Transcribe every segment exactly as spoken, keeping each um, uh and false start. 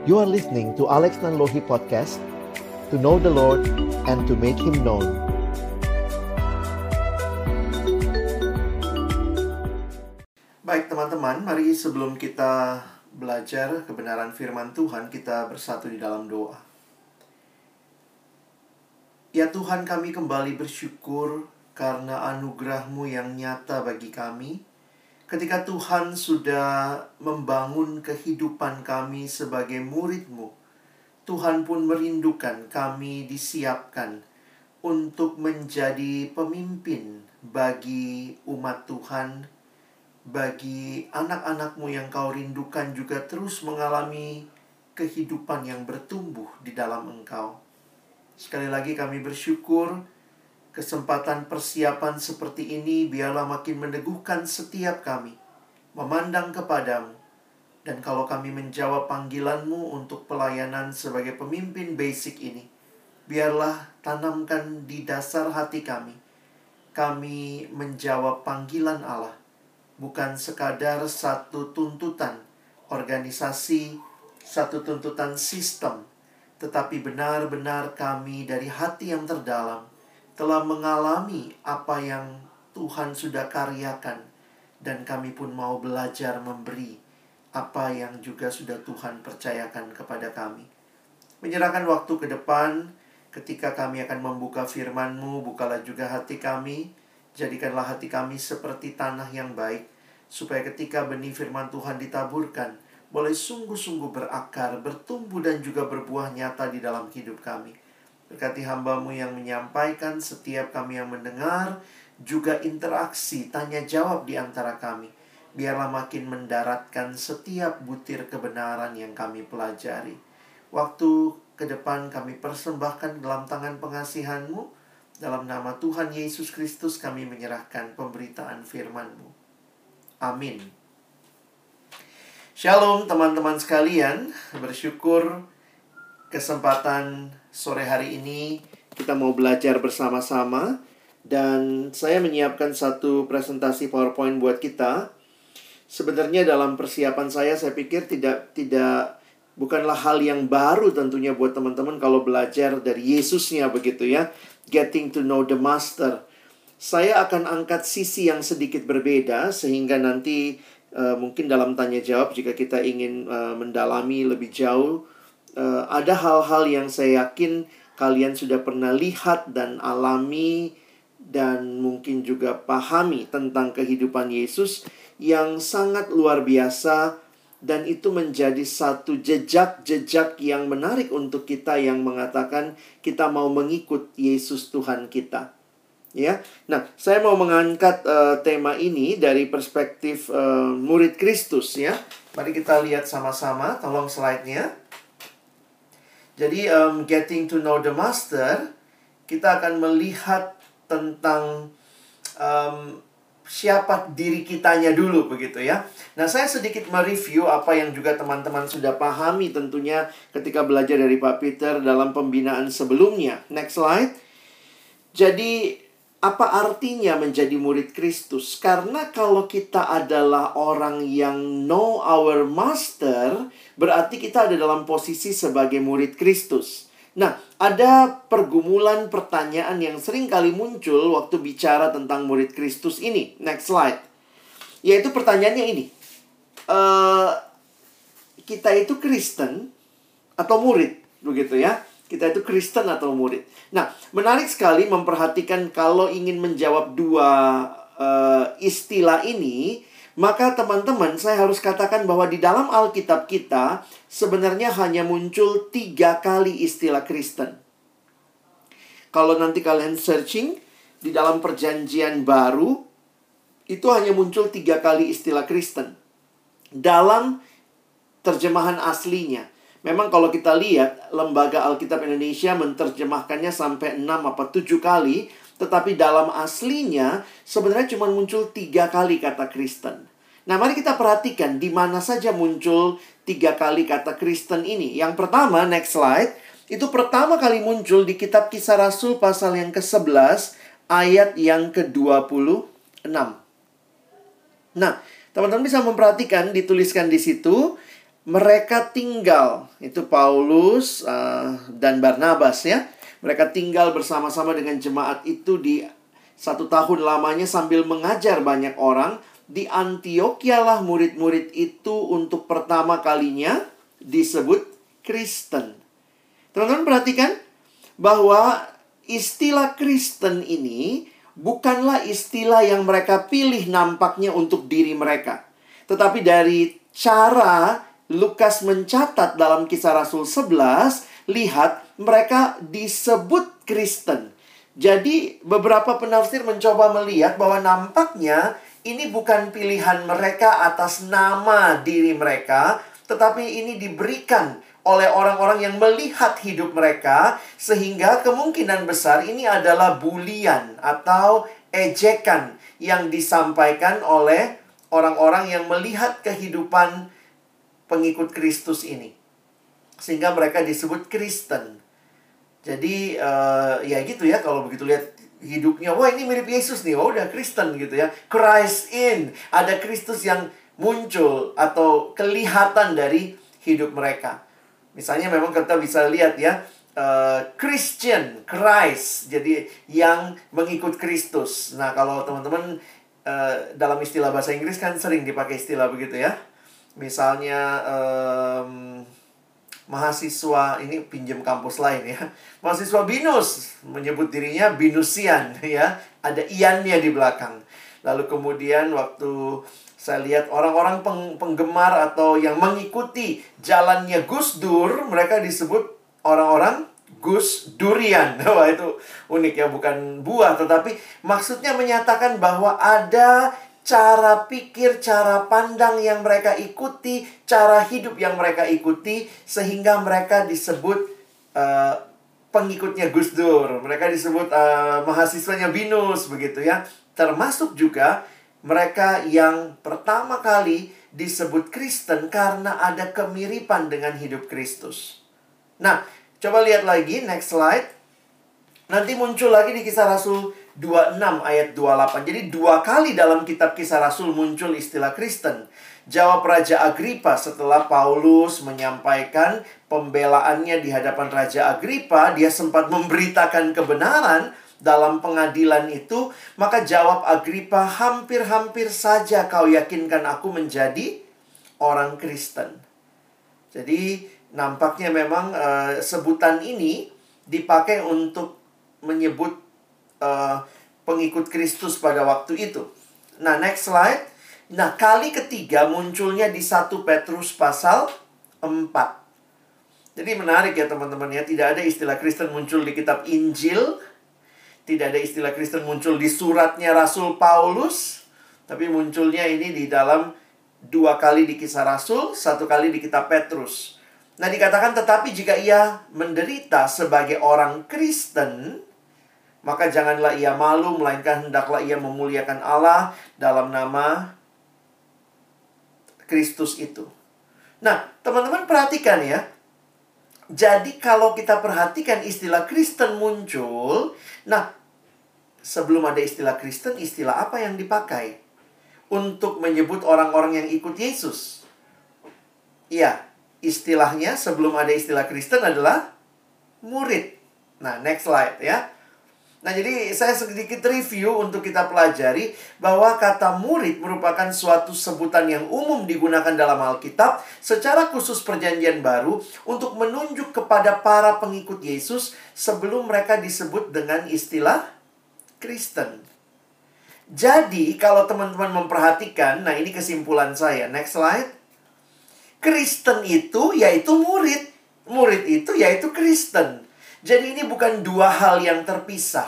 You are listening to Alex Nanlohi Podcast, to know the Lord and to make Him known. Baik teman-teman, mari sebelum kita belajar kebenaran firman Tuhan, kita bersatu di dalam doa. Ya Tuhan, kami kembali bersyukur karena anugerah-Mu yang nyata bagi kami. Ketika Tuhan sudah membangun kehidupan kami sebagai murid-Mu, Tuhan pun merindukan kami disiapkan untuk menjadi pemimpin bagi umat Tuhan, bagi anak-anak-Mu yang Kau rindukan juga terus mengalami kehidupan yang bertumbuh di dalam Engkau. Sekali lagi kami bersyukur kesempatan persiapan seperti ini biarlah makin meneguhkan setiap kami memandang kepadamu. Dan kalau kami menjawab panggilan-Mu untuk pelayanan sebagai pemimpin basic ini, biarlah tanamkan di dasar hati kami, kami menjawab panggilan Allah, bukan sekadar satu tuntutan organisasi, satu tuntutan sistem, tetapi benar-benar kami dari hati yang terdalam telah mengalami apa yang Tuhan sudah karyakan, dan kami pun mau belajar memberi apa yang juga sudah Tuhan percayakan kepada kami. Menyerahkan waktu ke depan, ketika kami akan membuka firman-Mu, bukalah juga hati kami, jadikanlah hati kami seperti tanah yang baik, supaya ketika benih firman Tuhan ditaburkan, boleh sungguh-sungguh berakar, bertumbuh dan juga berbuah nyata di dalam hidup kami. Berkati hamba-Mu yang menyampaikan, setiap kami yang mendengar, juga interaksi, tanya jawab di antara kami. Biarlah makin mendaratkan setiap butir kebenaran yang kami pelajari. Waktu ke depan kami persembahkan dalam tangan pengasihan-Mu. Dalam nama Tuhan Yesus Kristus kami menyerahkan pemberitaan firman-Mu. Amin. Shalom teman-teman sekalian, bersyukur kesempatan sore hari ini kita mau belajar bersama-sama. Dan saya menyiapkan satu presentasi PowerPoint buat kita. Sebenarnya dalam persiapan saya, saya pikir tidak tidak bukanlah hal yang baru tentunya buat teman-teman kalau belajar dari Yesusnya begitu ya. Getting to know the Master. Saya akan angkat sisi yang sedikit berbeda sehingga nanti uh, mungkin dalam tanya jawab jika kita ingin uh, mendalami lebih jauh, uh, ada hal-hal yang saya yakin kalian sudah pernah lihat dan alami dan mungkin juga pahami tentang kehidupan Yesus yang sangat luar biasa, dan itu menjadi satu jejak-jejak yang menarik untuk kita yang mengatakan kita mau mengikut Yesus Tuhan kita. Ya. Nah, saya mau mengangkat uh, tema ini dari perspektif uh, murid Kristus ya. Mari kita lihat sama-sama, tolong slide-nya. Jadi um, getting to know the Master, kita akan melihat tentang um, siapa diri kitanya dulu begitu ya. Nah, saya sedikit mereview apa yang juga teman-teman sudah pahami tentunya ketika belajar dari Pak Peter dalam pembinaan sebelumnya. Next slide. Jadi, apa artinya menjadi murid Kristus? Karena kalau kita adalah orang yang know our master, berarti kita ada dalam posisi sebagai murid Kristus. Nah, ada pergumulan pertanyaan yang sering kali muncul waktu bicara tentang murid Kristus ini. Next slide. Yaitu pertanyaannya ini. Uh, kita itu Kristen atau murid? Begitu ya. Kita itu Kristen atau murid. Nah, menarik sekali memperhatikan kalau ingin menjawab dua uh, istilah ini, maka teman-teman saya harus katakan bahwa di dalam Alkitab kita sebenarnya hanya muncul tiga kali istilah Kristen. Kalau nanti kalian searching di dalam perjanjian baru, itu hanya muncul tiga kali istilah Kristen dalam terjemahan aslinya. Memang kalau kita lihat, Lembaga Alkitab Indonesia menerjemahkannya sampai enam atau tujuh kali. Tetapi dalam aslinya, sebenarnya cuma muncul tiga kali kata Kristen. Nah, mari kita perhatikan di mana saja muncul tiga kali kata Kristen ini. Yang pertama, next slide. Itu pertama kali muncul di kitab Kisah Rasul pasal yang ke sebelas, ayat yang ke dua puluh enam. Nah, teman-teman bisa memperhatikan, dituliskan di situ, mereka tinggal, itu Paulus uh, dan Barnabas ya. Mereka tinggal bersama-sama dengan jemaat itu di satu tahun lamanya sambil mengajar banyak orang. Di Antiokhia lah murid-murid itu untuk pertama kalinya disebut Kristen. Teman-teman perhatikan bahwa istilah Kristen ini bukanlah istilah yang mereka pilih nampaknya untuk diri mereka. Tetapi dari cara Lukas mencatat dalam Kisah Rasul sebelas, lihat mereka disebut Kristen. Jadi beberapa penafsir mencoba melihat bahwa nampaknya ini bukan pilihan mereka atas nama diri mereka, tetapi ini diberikan oleh orang-orang yang melihat hidup mereka, sehingga kemungkinan besar ini adalah bulian atau ejekan yang disampaikan oleh orang-orang yang melihat kehidupan pengikut Kristus ini. Sehingga mereka disebut Kristen. Jadi uh, ya gitu ya, kalau begitu lihat hidupnya, wah ini mirip Yesus nih, oh udah Kristen gitu ya. Christ in, ada Kristus yang muncul atau kelihatan dari hidup mereka. Misalnya memang kita bisa lihat ya, uh, Christian, Christ, jadi yang mengikut Kristus. Nah kalau teman-teman uh, dalam istilah bahasa Inggris kan sering dipakai istilah begitu ya. Misalnya um, mahasiswa, ini pinjam kampus lain ya, mahasiswa binus menyebut dirinya binusian ya, ada iannya di belakang. Lalu kemudian waktu saya lihat orang-orang peng penggemar atau yang mengikuti jalannya Gus Dur, mereka disebut orang-orang Gus Durian. Wah itu unik ya, bukan buah, tetapi maksudnya menyatakan bahwa ada cara pikir, cara pandang yang mereka ikuti, cara hidup yang mereka ikuti, sehingga mereka disebut uh, pengikutnya Gus Dur. Mereka disebut uh, mahasiswanya binus, begitu ya. Termasuk juga mereka yang pertama kali disebut Kristen karena ada kemiripan dengan hidup Kristus. Nah, coba lihat lagi, next slide. Nanti muncul lagi di Kisah Rasul dua puluh enam ayat dua puluh delapan. Jadi dua kali dalam kitab Kisah Rasul muncul istilah Kristen. Jawab Raja Agripa setelah Paulus menyampaikan pembelaannya di hadapan Raja Agripa. Dia sempat memberitakan kebenaran dalam pengadilan itu. Maka jawab Agripa, hampir-hampir saja kau yakinkan aku menjadi orang Kristen. Jadi nampaknya memang uh, sebutan ini dipakai untuk menyebut uh, pengikut Kristus pada waktu itu. Nah, next slide. Nah, kali ketiga munculnya di satu Petrus pasal empat. Jadi menarik ya teman-teman ya. Tidak ada istilah Kristen muncul di kitab Injil. Tidak ada istilah Kristen muncul di suratnya Rasul Paulus. Tapi munculnya ini di dalam dua kali di Kisah Rasul, satu kali di kitab Petrus. Nah, dikatakan tetapi jika ia menderita sebagai orang Kristen, maka janganlah ia malu, melainkan hendaklah ia memuliakan Allah dalam nama Kristus itu. Nah, teman-teman perhatikan ya. Jadi kalau kita perhatikan istilah Kristen muncul, nah, sebelum ada istilah Kristen, istilah apa yang dipakai untuk menyebut orang-orang yang ikut Yesus? Iya, istilahnya sebelum ada istilah Kristen adalah murid. Nah, next slide ya. Nah, jadi saya sedikit review untuk kita pelajari bahwa kata murid merupakan suatu sebutan yang umum digunakan dalam Alkitab, secara khusus Perjanjian Baru, untuk menunjuk kepada para pengikut Yesus sebelum mereka disebut dengan istilah Kristen. Jadi, kalau teman-teman memperhatikan, nah ini kesimpulan saya. Next slide. Kristen itu yaitu murid. Murid itu yaitu Kristen. Jadi ini bukan dua hal yang terpisah.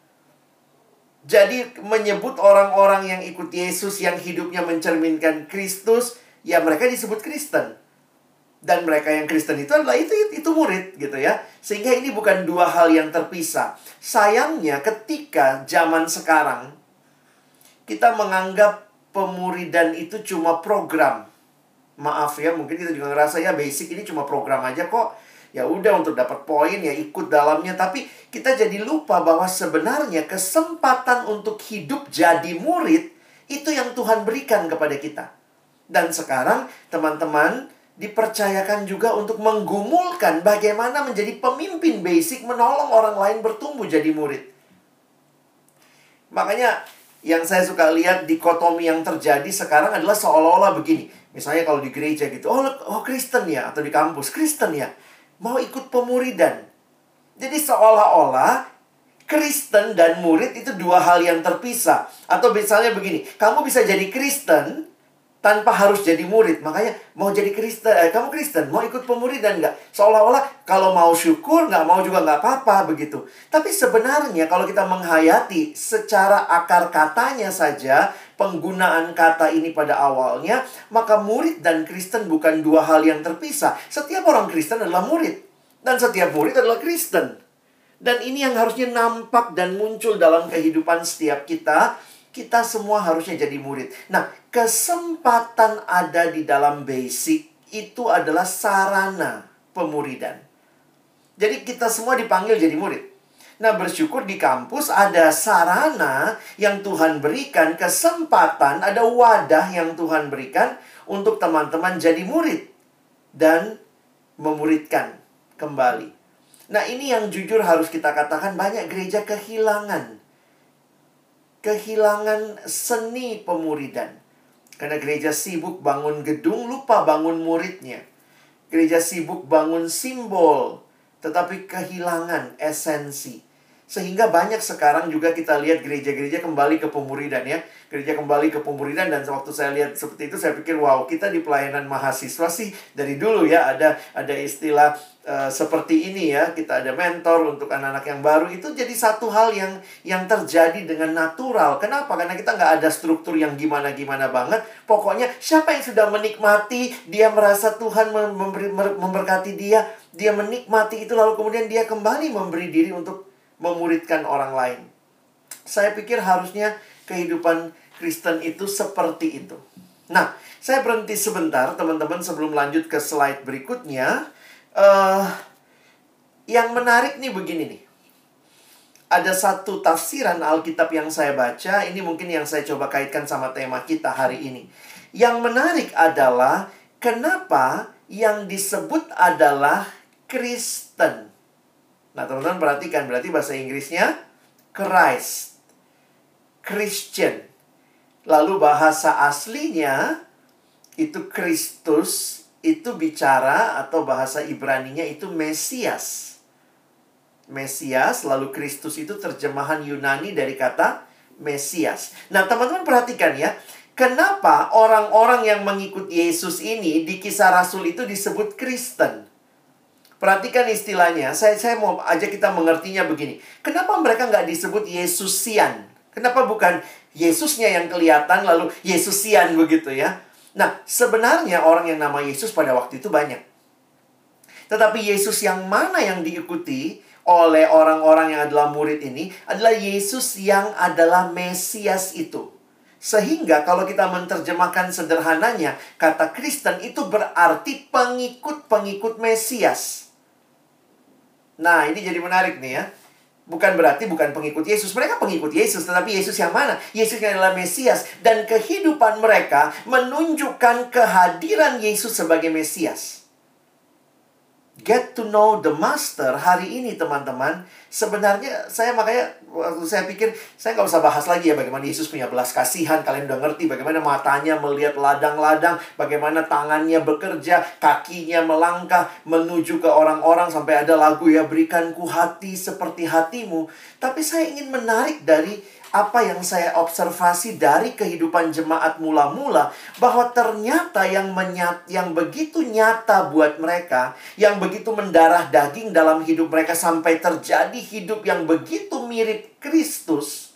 Jadi menyebut orang-orang yang ikut Yesus, yang hidupnya mencerminkan Kristus, ya mereka disebut Kristen. Dan mereka yang Kristen itu adalah itu, itu murid gitu ya. Sehingga ini bukan dua hal yang terpisah. Sayangnya ketika zaman sekarang kita menganggap pemuridan itu cuma program. Maaf ya, mungkin kita juga ngerasa ya basic ini cuma program aja kok. Ya udah untuk dapat poin ya ikut dalamnya. Tapi kita jadi lupa bahwa sebenarnya kesempatan untuk hidup jadi murid itu yang Tuhan berikan kepada kita. Dan sekarang teman-teman dipercayakan juga untuk menggumulkan bagaimana menjadi pemimpin basic, menolong orang lain bertumbuh jadi murid. Makanya yang saya suka lihat dikotomi yang terjadi sekarang adalah seolah-olah begini. Misalnya kalau di gereja gitu, oh, oh Kristen ya, atau di kampus, Kristen ya, mau ikut pemuridan. Jadi seolah-olah Kristen dan murid itu dua hal yang terpisah. Atau misalnya begini, kamu bisa jadi Kristen tanpa harus jadi murid. Makanya mau jadi Kristen, eh, kamu Kristen, mau ikut pemuridan nggak? Seolah-olah kalau mau syukur, nggak mau juga nggak apa-apa begitu. Tapi sebenarnya kalau kita menghayati secara akar katanya saja, penggunaan kata ini pada awalnya, maka murid dan Kristen bukan dua hal yang terpisah. Setiap orang Kristen adalah murid. Dan setiap murid adalah Kristen. Dan ini yang harusnya nampak dan muncul dalam kehidupan setiap kita. Kita semua harusnya jadi murid. Nah, kesempatan ada di dalam basic itu adalah sarana pemuridan. Jadi kita semua dipanggil jadi murid. Nah, bersyukur di kampus ada sarana yang Tuhan berikan, kesempatan, ada wadah yang Tuhan berikan untuk teman-teman jadi murid dan memuridkan kembali. Nah, ini yang jujur harus kita katakan, banyak gereja kehilangan Kehilangan seni pemuridan. Karena gereja sibuk bangun gedung, lupa bangun muridnya. Gereja sibuk bangun simbol, tetapi kehilangan esensi. Sehingga banyak sekarang juga kita lihat gereja-gereja kembali ke pemuridan ya. Gereja kembali ke pemuridan, dan waktu saya lihat seperti itu saya pikir, wow, kita di pelayanan mahasiswa sih dari dulu ya ada ada istilah uh, seperti ini ya. Kita ada mentor untuk anak-anak yang baru. Itu jadi satu hal yang yang terjadi dengan natural. Kenapa? Karena kita nggak ada struktur yang gimana-gimana banget. Pokoknya siapa yang sudah menikmati, dia merasa Tuhan memberi, memberkati dia, dia menikmati itu, lalu kemudian dia kembali memberi diri untuk memuridkan orang lain. Saya pikir harusnya kehidupan Kristen itu seperti itu. Nah, saya berhenti sebentar teman-teman sebelum lanjut ke slide berikutnya. uh, Yang menarik nih begini nih. Ada satu tafsiran Alkitab yang saya baca. Ini mungkin yang saya coba kaitkan sama tema kita hari ini. Yang menarik adalah kenapa yang disebut adalah Kristen. Nah, teman-teman perhatikan, berarti bahasa Inggrisnya Christ, Christian. Lalu bahasa aslinya itu Kristus, itu bicara, atau bahasa Ibraninya itu Mesias. Mesias, lalu Kristus itu terjemahan Yunani dari kata Mesias. Nah, teman-teman perhatikan ya, kenapa orang-orang yang mengikut Yesus ini di Kisah Rasul itu disebut Kristen? Perhatikan istilahnya, saya, saya mau ajak kita mengertinya begini. Kenapa mereka nggak disebut Yesusian? Kenapa bukan Yesusnya yang kelihatan, lalu Yesusian begitu ya? Nah, sebenarnya orang yang nama Yesus pada waktu itu banyak. Tetapi Yesus yang mana yang diikuti oleh orang-orang yang adalah murid ini adalah Yesus yang adalah Mesias itu. Sehingga kalau kita menerjemahkan sederhananya, kata Kristen itu berarti pengikut-pengikut Mesias. Nah, ini jadi menarik nih ya. Bukan berarti bukan pengikut Yesus. Mereka pengikut Yesus, tetapi Yesus yang mana? Yesus yang adalah Mesias. Dan kehidupan mereka menunjukkan kehadiran Yesus sebagai Mesias. Get to know the master hari ini teman-teman. Sebenarnya saya makanya waktu saya pikir saya nggak usah bahas lagi ya bagaimana Yesus punya belas kasihan. Kalian udah ngerti bagaimana matanya melihat ladang-ladang, bagaimana tangannya bekerja, kakinya melangkah menuju ke orang-orang, sampai ada lagu ya, berikanku hati seperti hatimu. Tapi saya ingin menarik dari apa yang saya observasi dari kehidupan jemaat mula-mula, bahwa ternyata yang menyat, yang begitu nyata buat mereka, yang begitu mendarah daging dalam hidup mereka sampai terjadi hidup yang begitu mirip Kristus.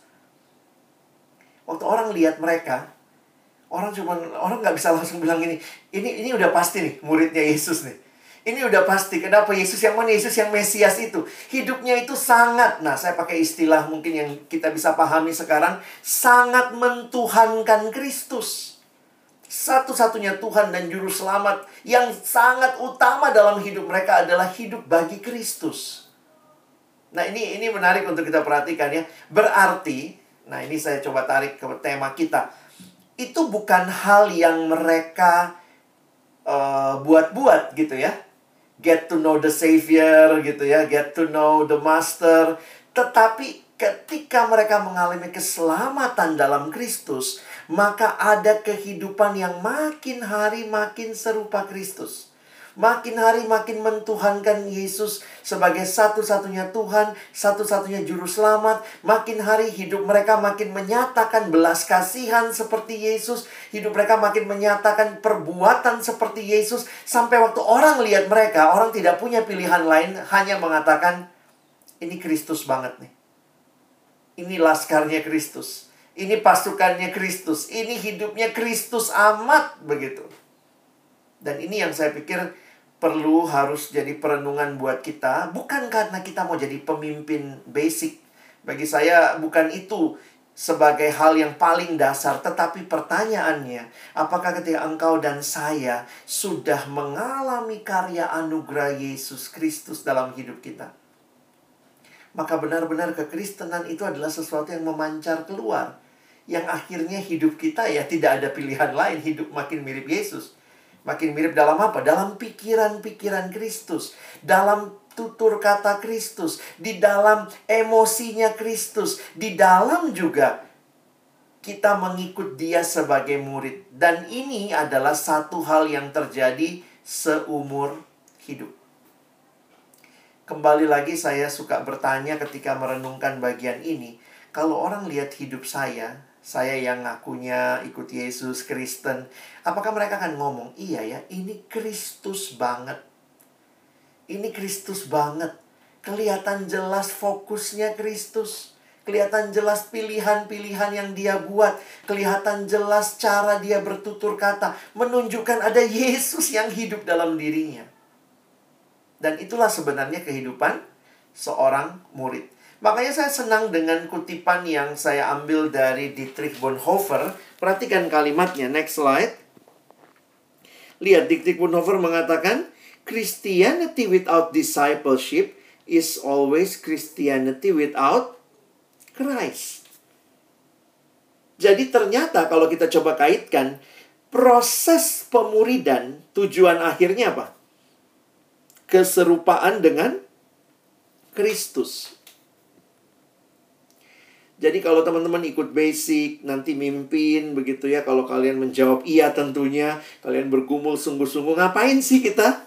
Waktu orang lihat mereka, orang cuma orang nggak bisa langsung bilang ini, ini ini udah pasti nih muridnya Yesus nih. Ini udah pasti. Kenapa? Yesus yang mana? Yesus yang Mesias itu. Hidupnya itu sangat, nah saya pakai istilah mungkin yang kita bisa pahami sekarang, sangat mentuhankan Kristus. Satu-satunya Tuhan dan Juru Selamat yang sangat utama dalam hidup mereka adalah hidup bagi Kristus. Nah ini ini menarik untuk kita perhatikan ya. Berarti, nah ini saya coba tarik ke tema kita. Itu bukan hal yang mereka uh, buat-buat gitu ya. Get to know the Savior gitu ya, get to know the Master. Tetapi ketika mereka mengalami keselamatan dalam Kristus, maka ada kehidupan yang makin hari makin serupa Kristus. Makin hari makin mentuhankan Yesus sebagai satu-satunya Tuhan, satu-satunya juru selamat. Makin hari hidup mereka makin menyatakan belas kasihan seperti Yesus. Hidup mereka makin menyatakan perbuatan seperti Yesus. Sampai waktu orang lihat mereka, orang tidak punya pilihan lain, hanya mengatakan, ini Kristus banget nih. Ini laskarnya Kristus. Ini pasukannya Kristus. Ini hidupnya Kristus amat begitu. Dan ini yang saya pikir perlu harus jadi perenungan buat kita. Bukan karena kita mau jadi pemimpin basic. Bagi saya bukan itu sebagai hal yang paling dasar. Tetapi pertanyaannya, apakah ketika engkau dan saya sudah mengalami karya anugerah Yesus Kristus dalam hidup kita? Maka benar-benar kekristenan itu adalah sesuatu yang memancar keluar. Yang akhirnya hidup kita ya tidak ada pilihan lain. Hidup makin mirip Yesus. Makin mirip dalam apa? Dalam pikiran-pikiran Kristus. Dalam tutur kata Kristus. Di dalam emosinya Kristus. Di dalam juga kita mengikut Dia sebagai murid. Dan ini adalah satu hal yang terjadi seumur hidup. Kembali lagi saya suka bertanya ketika merenungkan bagian ini. Kalau orang lihat hidup saya, saya yang ngakunya ikut Yesus, Kristen, apakah mereka akan ngomong, iya ya, ini Kristus banget. Ini Kristus banget. Kelihatan jelas fokusnya Kristus. Kelihatan jelas pilihan-pilihan yang Dia buat. Kelihatan jelas cara Dia bertutur kata. Menunjukkan ada Yesus yang hidup dalam dirinya. Dan itulah sebenarnya kehidupan seorang murid. Makanya saya senang dengan kutipan yang saya ambil dari Dietrich Bonhoeffer. Perhatikan kalimatnya, next slide. Lihat, Dietrich Bonhoeffer mengatakan, Christianity without discipleship is always Christianity without Christ. Jadi ternyata kalau kita coba kaitkan, proses pemuridan, tujuan akhirnya apa? Keserupaan dengan Kristus. Jadi kalau teman-teman ikut basic, nanti mimpin begitu ya. Kalau kalian menjawab iya tentunya, kalian bergumul sungguh-sungguh. Ngapain sih kita?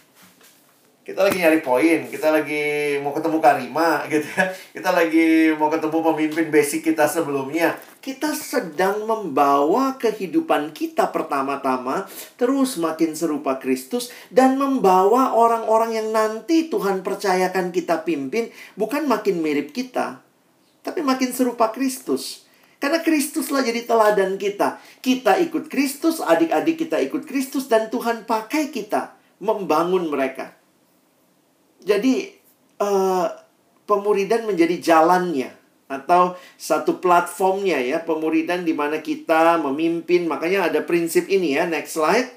Kita lagi nyari poin, kita lagi mau ketemu Karima gitu ya. Kita lagi mau ketemu pemimpin basic kita sebelumnya. Kita sedang membawa kehidupan kita pertama-tama terus makin serupa Kristus. Dan membawa orang-orang yang nanti Tuhan percayakan kita pimpin, bukan makin mirip kita, tapi makin serupa Kristus. Karena Kristuslah jadi teladan kita. Kita ikut Kristus, adik-adik kita ikut Kristus, dan Tuhan pakai kita membangun mereka. Jadi, uh, pemuridan menjadi jalannya. Atau satu platformnya ya. Pemuridan di mana kita memimpin. Makanya ada prinsip ini ya. Next slide.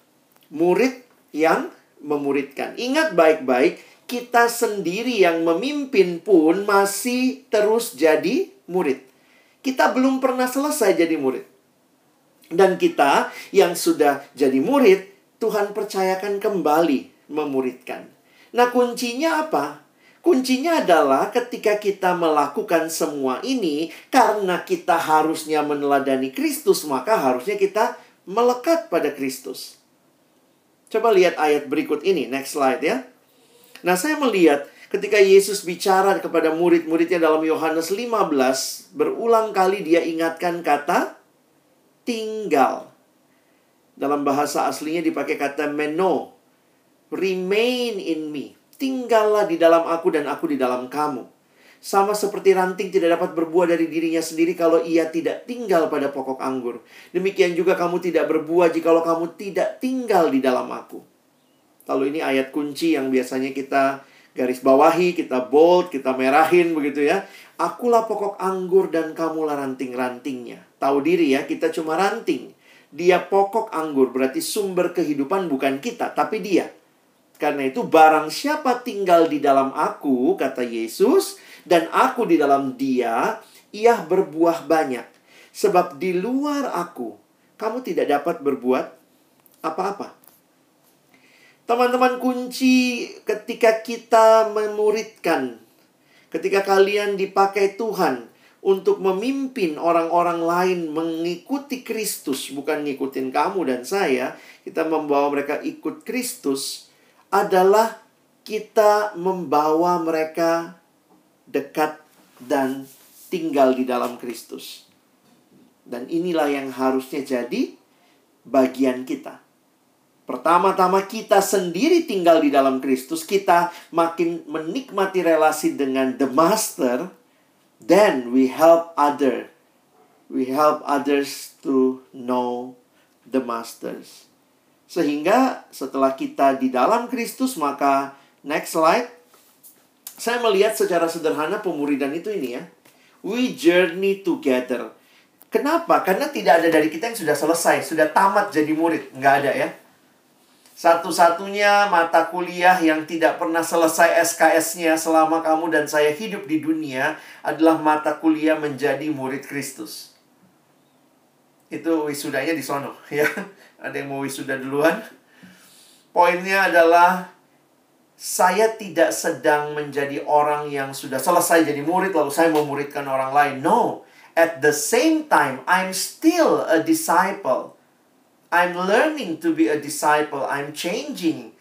Murid yang memuridkan. Ingat baik-baik. Kita sendiri yang memimpin pun masih terus jadi murid. Kita belum pernah selesai jadi murid. Dan kita yang sudah jadi murid, Tuhan percayakan kembali memuridkan. Nah, kuncinya apa? Kuncinya adalah ketika kita melakukan semua ini, karena kita harusnya meneladani Kristus, maka harusnya kita melekat pada Kristus. Coba lihat ayat berikut ini. Next slide ya. Nah, saya melihat ketika Yesus bicara kepada murid-muridnya dalam Yohanes lima belas, berulang kali Dia ingatkan kata tinggal. Dalam bahasa aslinya dipakai kata meno. Remain in me. Tinggallah di dalam aku dan aku di dalam kamu. Sama seperti ranting tidak dapat berbuah dari dirinya sendiri kalau ia tidak tinggal pada pokok anggur. Demikian juga kamu tidak berbuah jikalau kamu tidak tinggal di dalam aku. Lalu ini ayat kunci yang biasanya kita garis bawahi, kita bold, kita merahin begitu ya. Akulah pokok anggur dan kamulah ranting-rantingnya. Tahu diri ya, kita cuma ranting. Dia pokok anggur, berarti sumber kehidupan bukan kita, tapi Dia. Karena itu barang siapa tinggal di dalam aku, kata Yesus, dan aku di dalam Dia, ia berbuah banyak. Sebab di luar aku, kamu tidak dapat berbuat apa-apa. Teman-teman, kunci ketika kita memuridkan, ketika kalian dipakai Tuhan untuk memimpin orang-orang lain mengikuti Kristus, bukan ngikutin kamu dan saya, kita membawa mereka ikut Kristus, adalah kita membawa mereka dekat dan tinggal di dalam Kristus. Dan inilah yang harusnya jadi bagian kita. Pertama-tama kita sendiri tinggal di dalam Kristus, kita makin menikmati relasi dengan the Master, then we help other. We help others to know the Masters. Sehingga setelah kita di dalam Kristus, maka next slide, saya melihat secara sederhana pemuridan itu ini ya. We journey together. Kenapa? Karena tidak ada dari kita yang sudah selesai, sudah tamat jadi murid. Nggak ada ya. Satu-satunya mata kuliah yang tidak pernah selesai S K S-nya selama kamu dan saya hidup di dunia adalah mata kuliah menjadi murid Kristus. Itu wisudanya di sono ya. Ada yang mau wisuda duluan? Poinnya adalah saya tidak sedang menjadi orang yang sudah selesai jadi murid lalu saya memuridkan orang lain. No. At the same time, I'm still a disciple. I'm learning to be a disciple. I'm changing.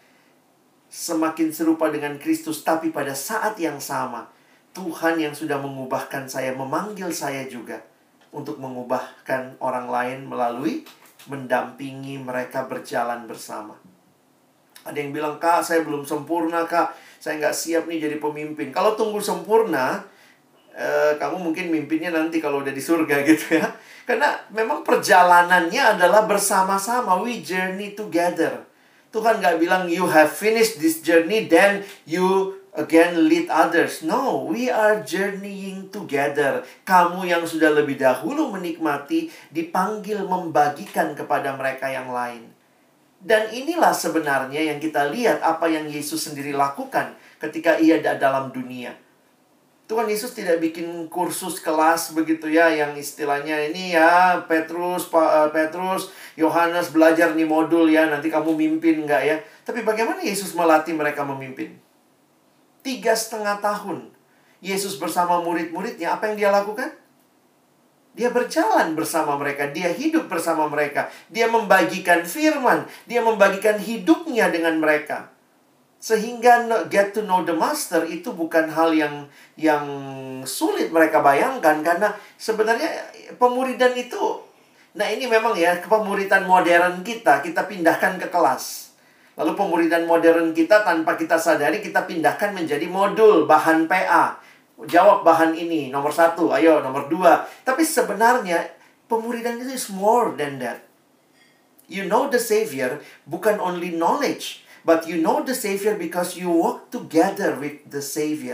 Semakin serupa dengan Kristus. Tapi pada saat yang sama, Tuhan yang sudah mengubahkan saya, memanggil saya juga untuk mengubahkan orang lain melalui mendampingi mereka berjalan bersama. Ada yang bilang, Kak, saya belum sempurna, Kak. Saya nggak siap nih jadi pemimpin. Kalau tunggu sempurna, eh, kamu mungkin mimpinnya nanti kalau udah di surga gitu ya. Karena memang perjalanannya adalah bersama-sama. We journey together. Tuhan nggak bilang, you have finished this journey, then you again lead others. No, we are journeying together. Kamu yang sudah lebih dahulu menikmati, dipanggil membagikan kepada mereka yang lain. Dan inilah sebenarnya yang kita lihat apa yang Yesus sendiri lakukan ketika ia ada dalam dunia. Tuhan Yesus tidak bikin kursus kelas begitu ya, yang istilahnya ini ya, Petrus, Pa, Petrus, Yohanes belajar nih modul ya, nanti kamu mimpin enggak ya. Tapi bagaimana Yesus melatih mereka memimpin? Tiga setengah tahun Yesus bersama murid-muridnya, apa yang dia lakukan? Dia berjalan bersama mereka, dia hidup bersama mereka, dia membagikan firman, dia membagikan hidupnya dengan mereka. Sehingga get to know the Master itu bukan hal yang yang sulit mereka bayangkan. Karena sebenarnya pemuridan itu, nah ini memang ya, kepemuridan modern kita, kita pindahkan ke kelas. Lalu pemuridan modern kita tanpa kita sadari, kita pindahkan menjadi modul, bahan P A. Jawab bahan ini, nomor satu, ayo nomor dua. Tapi sebenarnya pemuridan itu is more than that. You know the Savior, bukan only knowledge, but you know the Savior because you walk together with the Savior.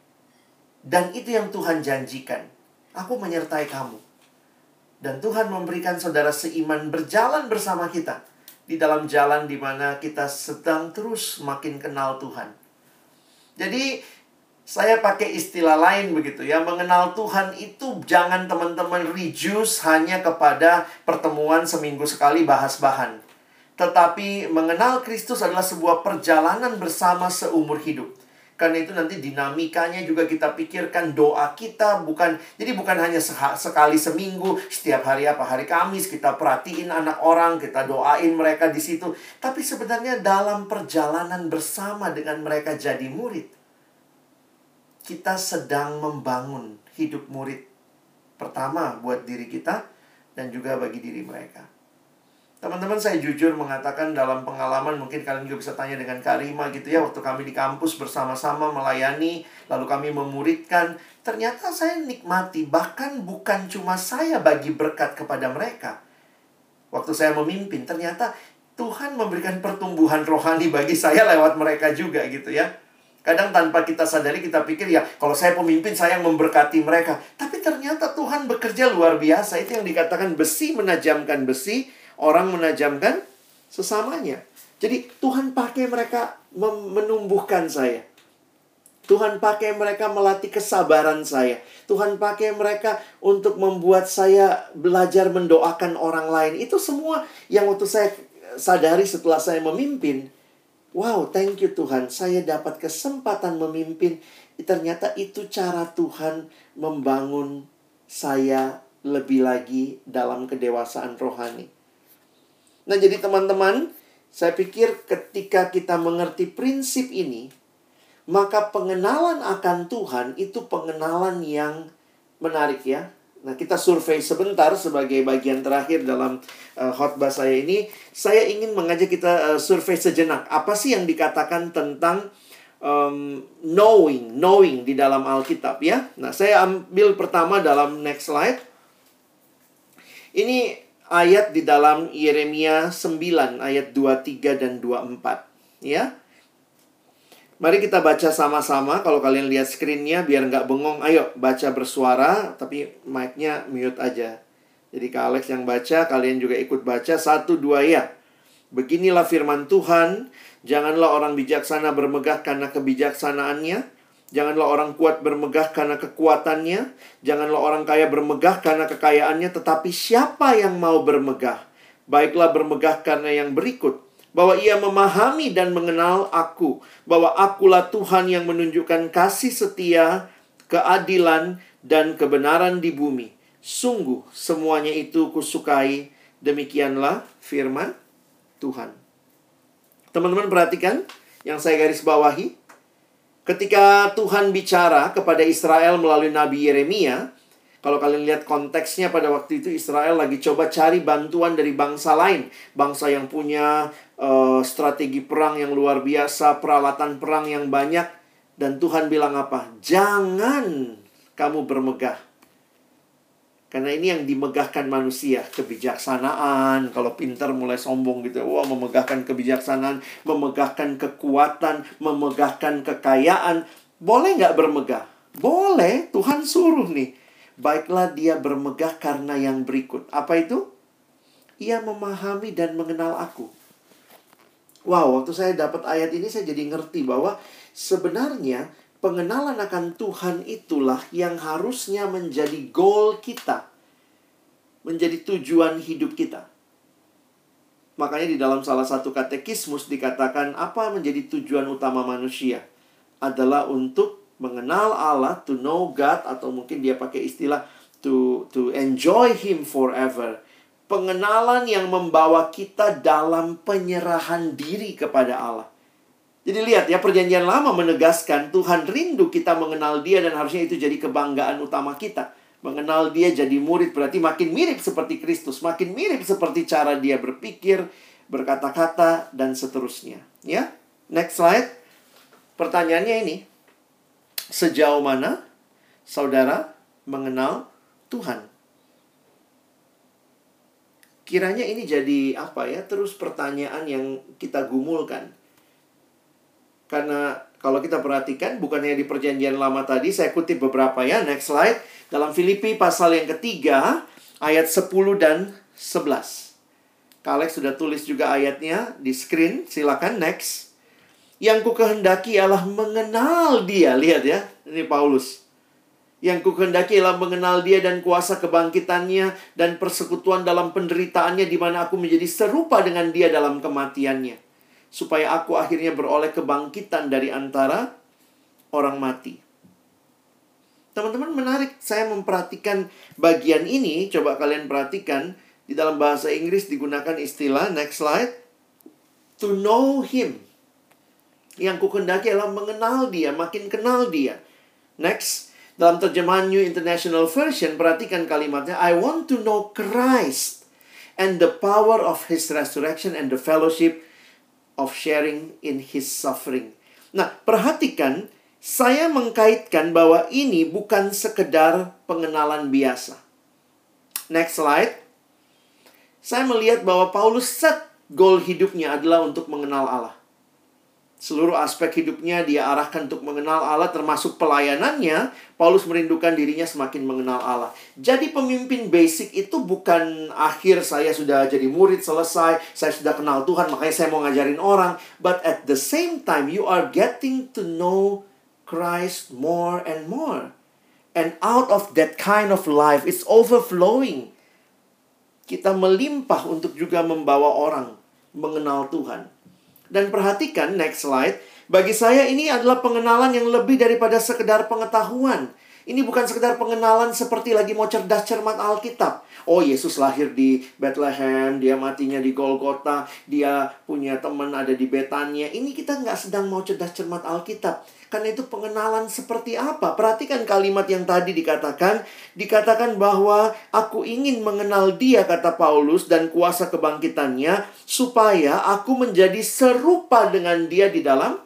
Dan itu yang Tuhan janjikan. Aku menyertai kamu. Dan Tuhan memberikan saudara seiman berjalan bersama kita di dalam jalan di mana kita sedang terus makin kenal Tuhan. Jadi saya pakai istilah lain begitu ya. Mengenal Tuhan itu jangan teman-teman reduce hanya kepada pertemuan seminggu sekali bahas bahan. Tetapi mengenal Kristus adalah sebuah perjalanan bersama seumur hidup. Karena itu nanti dinamikanya juga kita pikirkan, doa kita bukan, jadi bukan hanya sekali seminggu, setiap hari apa, hari Kamis kita perhatiin anak orang, kita doain mereka di situ. Tapi sebenarnya dalam perjalanan bersama dengan mereka jadi murid, kita sedang membangun hidup murid. Pertama buat diri kita dan juga bagi diri mereka. Teman-teman, saya jujur mengatakan dalam pengalaman, mungkin kalian juga bisa tanya dengan Kak Rima gitu ya, waktu kami di kampus bersama-sama melayani, lalu kami memuridkan, ternyata saya nikmati, bahkan bukan cuma saya bagi berkat kepada mereka. Waktu saya memimpin, ternyata Tuhan memberikan pertumbuhan rohani bagi saya lewat mereka juga gitu ya. Kadang tanpa kita sadari kita pikir ya, kalau saya pemimpin saya yang memberkati mereka. Tapi ternyata Tuhan bekerja luar biasa. Itu yang dikatakan besi menajamkan besi, orang menajamkan sesamanya. Jadi Tuhan pakai mereka menumbuhkan saya. Tuhan pakai mereka melatih kesabaran saya. Tuhan pakai mereka untuk membuat saya belajar mendoakan orang lain. Itu semua yang waktu saya sadari setelah saya memimpin, Wow, thank you Tuhan, saya dapat kesempatan memimpin. Ternyata itu cara Tuhan membangun saya lebih lagi dalam kedewasaan rohani. Nah, jadi teman-teman, saya pikir ketika kita mengerti prinsip ini, maka pengenalan akan Tuhan itu pengenalan yang menarik ya. Nah, kita survei sebentar sebagai bagian terakhir dalam uh, khotbah saya ini. Saya ingin mengajak kita uh, survei sejenak. Apa sih yang dikatakan tentang um, knowing, knowing di dalam Alkitab ya. Nah, saya ambil pertama dalam next slide. Ini ayat di dalam Yeremia sembilan, ayat dua puluh tiga dan dua puluh empat ya. Mari kita baca sama-sama. Kalau kalian lihat screen-nya biar nggak bengong, ayo baca bersuara, tapi mic-nya mute aja. Jadi Kak Alex yang baca, kalian juga ikut baca. Satu, dua, ya. Beginilah firman Tuhan, janganlah orang bijaksana bermegah karena kebijaksanaannya. Janganlah orang kuat bermegah karena kekuatannya. Janganlah orang kaya bermegah karena kekayaannya. Tetapi siapa yang mau bermegah? Baiklah bermegah karena yang berikut. Bahwa ia memahami dan mengenal aku. Bahwa akulah Tuhan yang menunjukkan kasih setia, keadilan, dan kebenaran di bumi. Sungguh semuanya itu kusukai. Demikianlah firman Tuhan. Teman-teman perhatikan yang saya garis bawahi. Ketika Tuhan bicara kepada Israel melalui Nabi Yeremia, kalau kalian lihat konteksnya pada waktu itu Israel lagi coba cari bantuan dari bangsa lain. Bangsa yang punya uh, strategi perang yang luar biasa, peralatan perang yang banyak. Dan Tuhan bilang apa? Jangan kamu bermegah. Karena ini yang dimegahkan manusia. Kebijaksanaan. Kalau pintar mulai sombong gitu. Wah, memegahkan kebijaksanaan. Memegahkan kekuatan. Memegahkan kekayaan. Boleh nggak bermegah? Boleh. Tuhan suruh nih. Baiklah dia bermegah karena yang berikut. Apa itu? Ia memahami dan mengenal aku. Wow, waktu saya dapat ayat ini saya jadi ngerti bahwa sebenarnya pengenalan akan Tuhan itulah yang harusnya menjadi goal kita. Menjadi tujuan hidup kita. Makanya di dalam salah satu katekismus dikatakan apa menjadi tujuan utama manusia? Adalah untuk mengenal Allah, to know God, atau mungkin dia pakai istilah to to enjoy Him forever. Pengenalan yang membawa kita dalam penyerahan diri kepada Allah. Jadi lihat ya, perjanjian lama menegaskan Tuhan rindu kita mengenal dia dan harusnya itu jadi kebanggaan utama kita. Mengenal dia jadi murid berarti makin mirip seperti Kristus, makin mirip seperti cara dia berpikir, berkata-kata, dan seterusnya. Ya, next slide. Pertanyaannya ini. Sejauh mana saudara mengenal Tuhan? Kiranya ini jadi apa ya? Terus pertanyaan yang kita gumulkan. Karena kalau kita perhatikan bukannya di perjanjian lama tadi, saya kutip beberapa ya. Next slide. Dalam Filipi pasal yang ketiga, ayat sepuluh dan sebelas. Kak Alex sudah tulis juga ayatnya di screen. Silakan next. Yang ku kehendaki ialah mengenal dia. Lihat ya, ini Paulus. Yang ku kehendaki ialah mengenal dia dan kuasa kebangkitannya dan persekutuan dalam penderitaannya di mana aku menjadi serupa dengan dia dalam kematiannya. Supaya aku akhirnya beroleh kebangkitan dari antara orang mati. Teman-teman menarik, saya memperhatikan bagian ini. Coba kalian perhatikan, di dalam bahasa Inggris digunakan istilah, next slide, to know him. Yang ku kehendaki adalah mengenal dia, makin kenal dia. Next, dalam terjemahan New International Version, perhatikan kalimatnya, I want to know Christ and the power of His resurrection and the fellowship of sharing in His suffering. Nah, perhatikan, saya mengkaitkan bahwa ini bukan sekedar pengenalan biasa. Next slide. Saya melihat bahwa Paulus set goal hidupnya adalah untuk mengenal Allah. Seluruh aspek hidupnya dia arahkan untuk mengenal Allah, termasuk pelayanannya. Paulus merindukan dirinya semakin mengenal Allah. Jadi pemimpin basic itu bukan akhir saya sudah jadi murid, selesai, saya sudah kenal Tuhan, makanya saya mau ngajarin orang. But at the same time, you are getting to know Christ more and more. And out of that kind of life, it's overflowing. Kita melimpah untuk juga membawa orang mengenal Tuhan. Dan perhatikan, next slide. Bagi saya ini adalah pengenalan yang lebih daripada sekedar pengetahuan. Ini bukan sekedar pengenalan seperti lagi mau cerdas cermat Alkitab. Oh, Yesus lahir di Bethlehem, dia matinya di Golgota, dia punya teman ada di Betania. Ini kita nggak sedang mau cerdas cermat Alkitab. Karena itu pengenalan seperti apa? Perhatikan kalimat yang tadi dikatakan. Dikatakan bahwa aku ingin mengenal dia, kata Paulus, dan kuasa kebangkitannya, supaya aku menjadi serupa dengan dia di dalam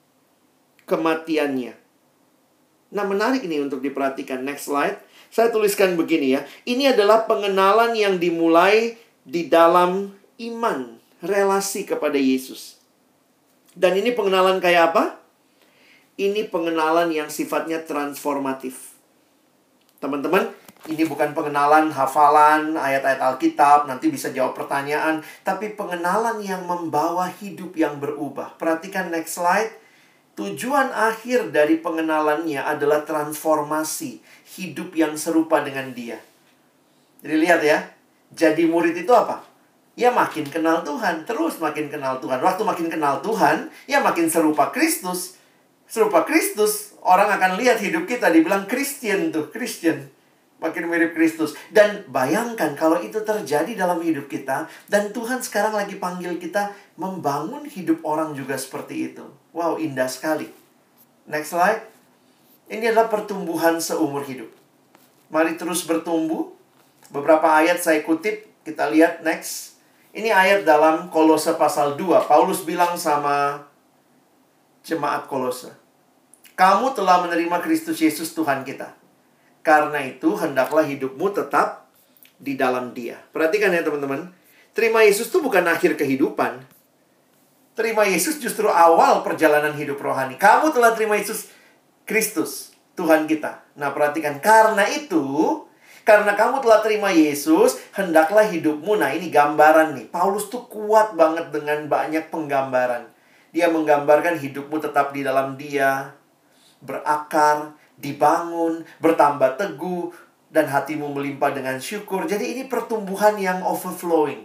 kematiannya. Nah, menarik ini untuk diperhatikan. Next slide. Saya tuliskan begini ya. Ini adalah pengenalan yang dimulai di dalam iman, relasi kepada Yesus. Dan ini pengenalan kayak apa? Ini pengenalan yang sifatnya transformatif. Teman-teman, ini bukan pengenalan hafalan ayat-ayat Alkitab, nanti bisa jawab pertanyaan. Tapi pengenalan yang membawa hidup yang berubah. Perhatikan next slide. Tujuan akhir dari pengenalannya adalah transformasi. Hidup yang serupa dengan dia. Jadi lihat ya. Jadi murid itu apa? Ya makin kenal Tuhan. Terus makin kenal Tuhan. Waktu makin kenal Tuhan, ya makin serupa Kristus. Serupa Kristus, orang akan lihat hidup kita. Dibilang Christian tuh. Christian. Makin mirip Kristus. Dan bayangkan kalau itu terjadi dalam hidup kita. Dan Tuhan sekarang lagi panggil kita membangun hidup orang juga seperti itu. Wow, indah sekali. Next slide. Ini adalah pertumbuhan seumur hidup. Mari terus bertumbuh. Beberapa ayat saya kutip. Kita lihat next. Ini ayat dalam Kolose pasal dua. Paulus bilang sama jemaat Kolose. Kamu telah menerima Kristus Yesus Tuhan kita. Karena itu, hendaklah hidupmu tetap di dalam dia. Perhatikan ya teman-teman. Terima Yesus itu bukan akhir kehidupan. Terima Yesus justru awal perjalanan hidup rohani. Kamu telah terima Yesus Kristus, Tuhan kita. Nah, perhatikan. Karena itu, karena kamu telah terima Yesus, hendaklah hidupmu. Nah, ini gambaran nih. Paulus tuh kuat banget dengan banyak penggambaran. Dia menggambarkan hidupmu tetap di dalam dia, berakar, dibangun, bertambah teguh, dan hatimu melimpah dengan syukur. Jadi ini pertumbuhan yang overflowing.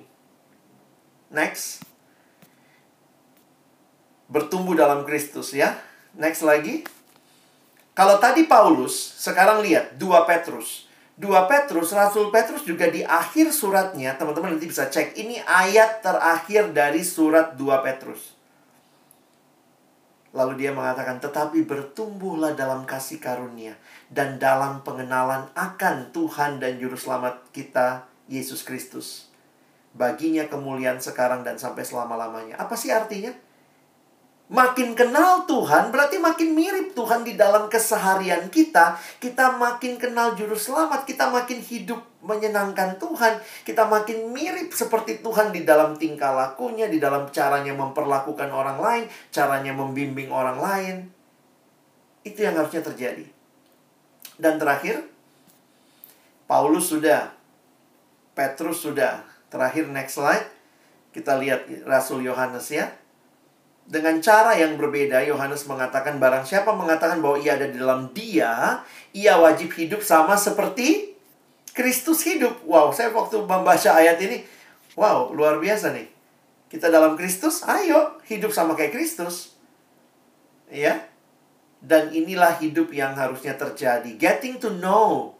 Next. Bertumbuh dalam Kristus ya. Next lagi. Kalau tadi Paulus, sekarang lihat dua Petrus. dua Petrus, Rasul Petrus juga di akhir suratnya, teman-teman nanti bisa cek. Ini ayat terakhir dari surat dua Petrus. Lalu dia mengatakan, tetapi bertumbuhlah dalam kasih karunia dan dalam pengenalan akan Tuhan dan Juru Selamat kita, Yesus Kristus. Baginya kemuliaan sekarang dan sampai selama-lamanya. Apa sih artinya? Makin kenal Tuhan, berarti makin mirip Tuhan di dalam keseharian kita. Kita makin kenal Juru Selamat, kita makin hidup menyenangkan Tuhan. Kita makin mirip seperti Tuhan di dalam tingkah lakunya, di dalam caranya memperlakukan orang lain, caranya membimbing orang lain. Itu yang harusnya terjadi. Dan terakhir, Paulus sudah, Petrus sudah. Terakhir, next slide. Kita lihat Rasul Yohanes ya. Dengan cara yang berbeda, Yohanes mengatakan barang siapa mengatakan bahwa ia ada di dalam dia, ia wajib hidup sama seperti Kristus hidup. Wow, saya waktu membaca ayat ini, wow, luar biasa nih. Kita dalam Kristus, ayo hidup sama kayak Kristus. Ya. Dan inilah hidup yang harusnya terjadi. Getting to know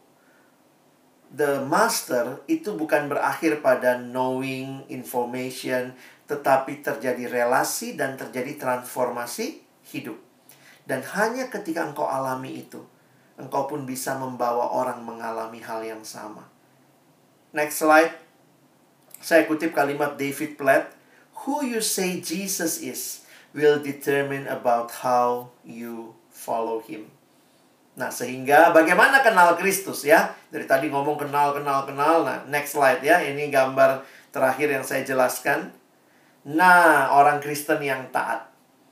the master itu bukan berakhir pada knowing information, tetapi terjadi relasi dan terjadi transformasi hidup. Dan hanya ketika engkau alami itu, engkau pun bisa membawa orang mengalami hal yang sama. Next slide. Saya kutip kalimat David Platt. Who you say Jesus is will determine about how you follow him. Nah, sehingga bagaimana kenal Kristus ya? Dari tadi ngomong kenal, kenal, kenal. Nah, next slide ya. Ini gambar terakhir yang saya jelaskan. Nah, orang Kristen yang taat.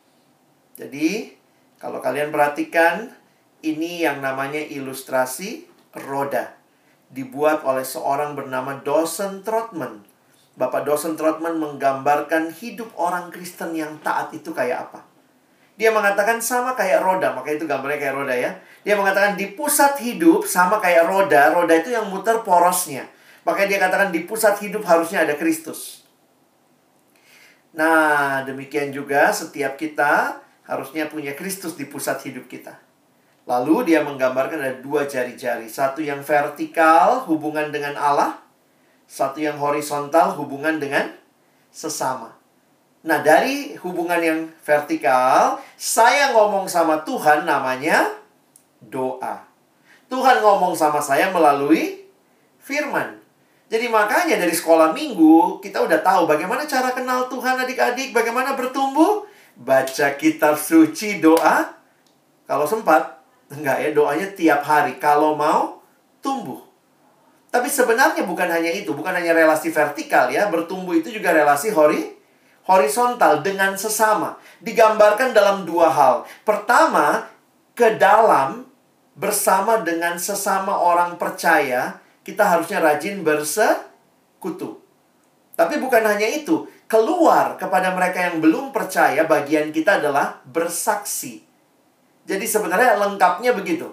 Jadi, kalau kalian perhatikan, ini yang namanya ilustrasi roda. Dibuat oleh seorang bernama Dawson Trotman. Bapak Dawson Trotman menggambarkan hidup orang Kristen yang taat itu kayak apa. Dia mengatakan sama kayak roda, makanya itu gambarnya kayak roda ya. Dia mengatakan di pusat hidup sama kayak roda, roda itu yang muter porosnya. Makanya dia katakan di pusat hidup harusnya ada Kristus. Nah, demikian juga setiap kita harusnya punya Kristus di pusat hidup kita. Lalu dia menggambarkan ada dua jari-jari. Satu yang vertikal, hubungan dengan Allah. Satu yang horizontal, hubungan dengan sesama. Nah, dari hubungan yang vertikal, saya ngomong sama Tuhan namanya doa. Tuhan ngomong sama saya melalui firman. Jadi makanya dari sekolah minggu, kita udah tahu bagaimana cara kenal Tuhan adik-adik, bagaimana bertumbuh. Baca kitab suci, doa. Kalau sempat, enggak ya, doanya tiap hari. Kalau mau, tumbuh. Tapi sebenarnya bukan hanya itu, bukan hanya relasi vertikal ya. Bertumbuh itu juga relasi hori. Horizontal dengan sesama. Digambarkan dalam dua hal. Pertama, ke dalam bersama dengan sesama orang percaya, kita harusnya rajin bersekutu. Tapi bukan hanya itu. Keluar kepada mereka yang belum percaya, bagian kita adalah bersaksi. Jadi sebenarnya lengkapnya begitu.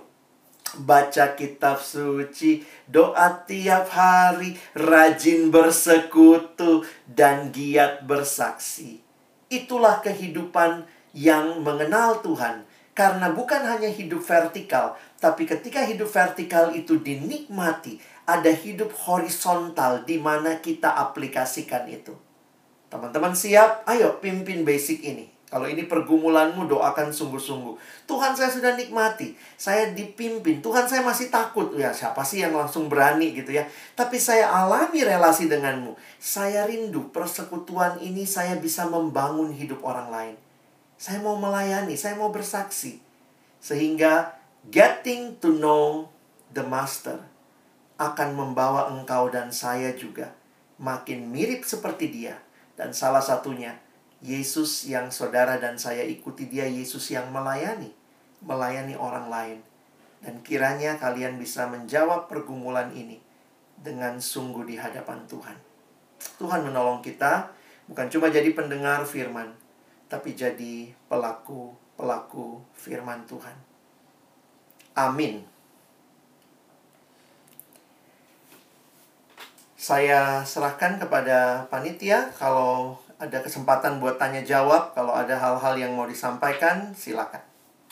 Baca kitab suci, doa tiap hari, rajin bersekutu, dan giat bersaksi. Itulah kehidupan yang mengenal Tuhan. Karena bukan hanya hidup vertikal, tapi ketika hidup vertikal itu dinikmati, ada hidup horizontal di mana kita aplikasikan itu. Teman-teman siap? Ayo pimpin basic ini. Kalau ini pergumulanmu, doakan sungguh-sungguh. Tuhan, saya sudah nikmati. Saya dipimpin. Tuhan, saya masih takut. Ya, siapa sih yang langsung berani gitu ya. Tapi saya alami relasi denganmu. Saya rindu persekutuan ini saya bisa membangun hidup orang lain. Saya mau melayani, saya mau bersaksi. Sehingga getting to know the master akan membawa engkau dan saya juga makin mirip seperti dia. Dan salah satunya, Yesus yang saudara dan saya ikuti dia, Yesus yang melayani. Melayani orang lain. Dan kiranya kalian bisa menjawab pergumulan ini dengan sungguh di hadapan Tuhan. Tuhan menolong kita, bukan cuma jadi pendengar firman, tapi jadi pelaku-pelaku firman Tuhan. Amin. Saya serahkan kepada panitia. Kalau ada kesempatan buat tanya jawab, kalau ada hal-hal yang mau disampaikan, silakan.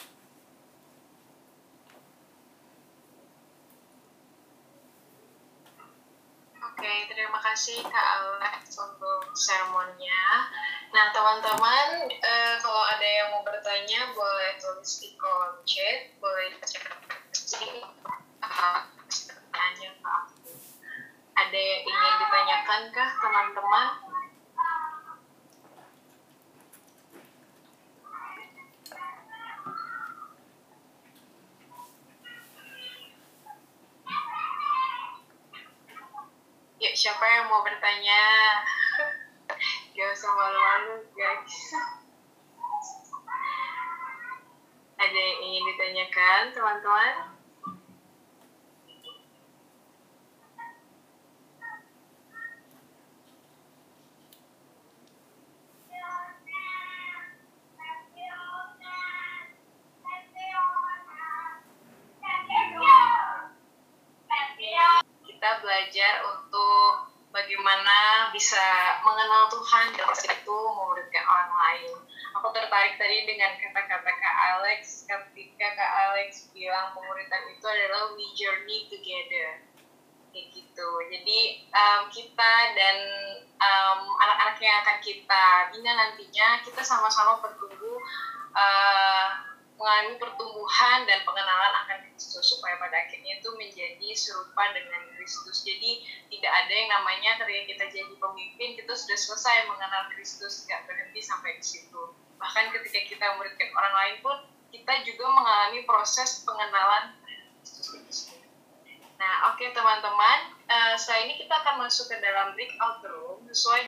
Oke, terima kasih Kak Alex untuk sermonnya. Nah, teman-teman, eh, kalau ada yang mau bertanya, boleh tulis di kolom chat, boleh cek sini, tanya ke aku. Ada yang ingin ditanyakan kah, teman-teman? Yuk, siapa yang mau bertanya? Gak usah malu-malu, guys. Ada yang ingin ditanyakan, teman-teman? Kita belajar untuk bagaimana bisa mengenal Tuhan dan itu memuridkan orang lain. Aku tertarik tadi dengan kata-kata Kak Alex ketika Kak Alex bilang pemuridan itu adalah we journey together. Kayak gitu. Jadi um, kita dan um, anak-anak yang akan kita bina nantinya, kita sama-sama bertumbuh, uh, mengalami pertumbuhan dan pengenalan akan Kristus supaya pada akhirnya itu menjadi serupa dengan Kristus. Jadi tidak ada yang namanya ketika kita jadi pemimpin kita sudah selesai mengenal Kristus, nggak berhenti sampai di situ. Bahkan ketika kita memuridkan orang lain pun kita juga mengalami proses pengenalan Kristus itu sendiri. Nah, oke okay, teman-teman, uh, setelah ini kita akan masuk ke dalam breakout room sesuai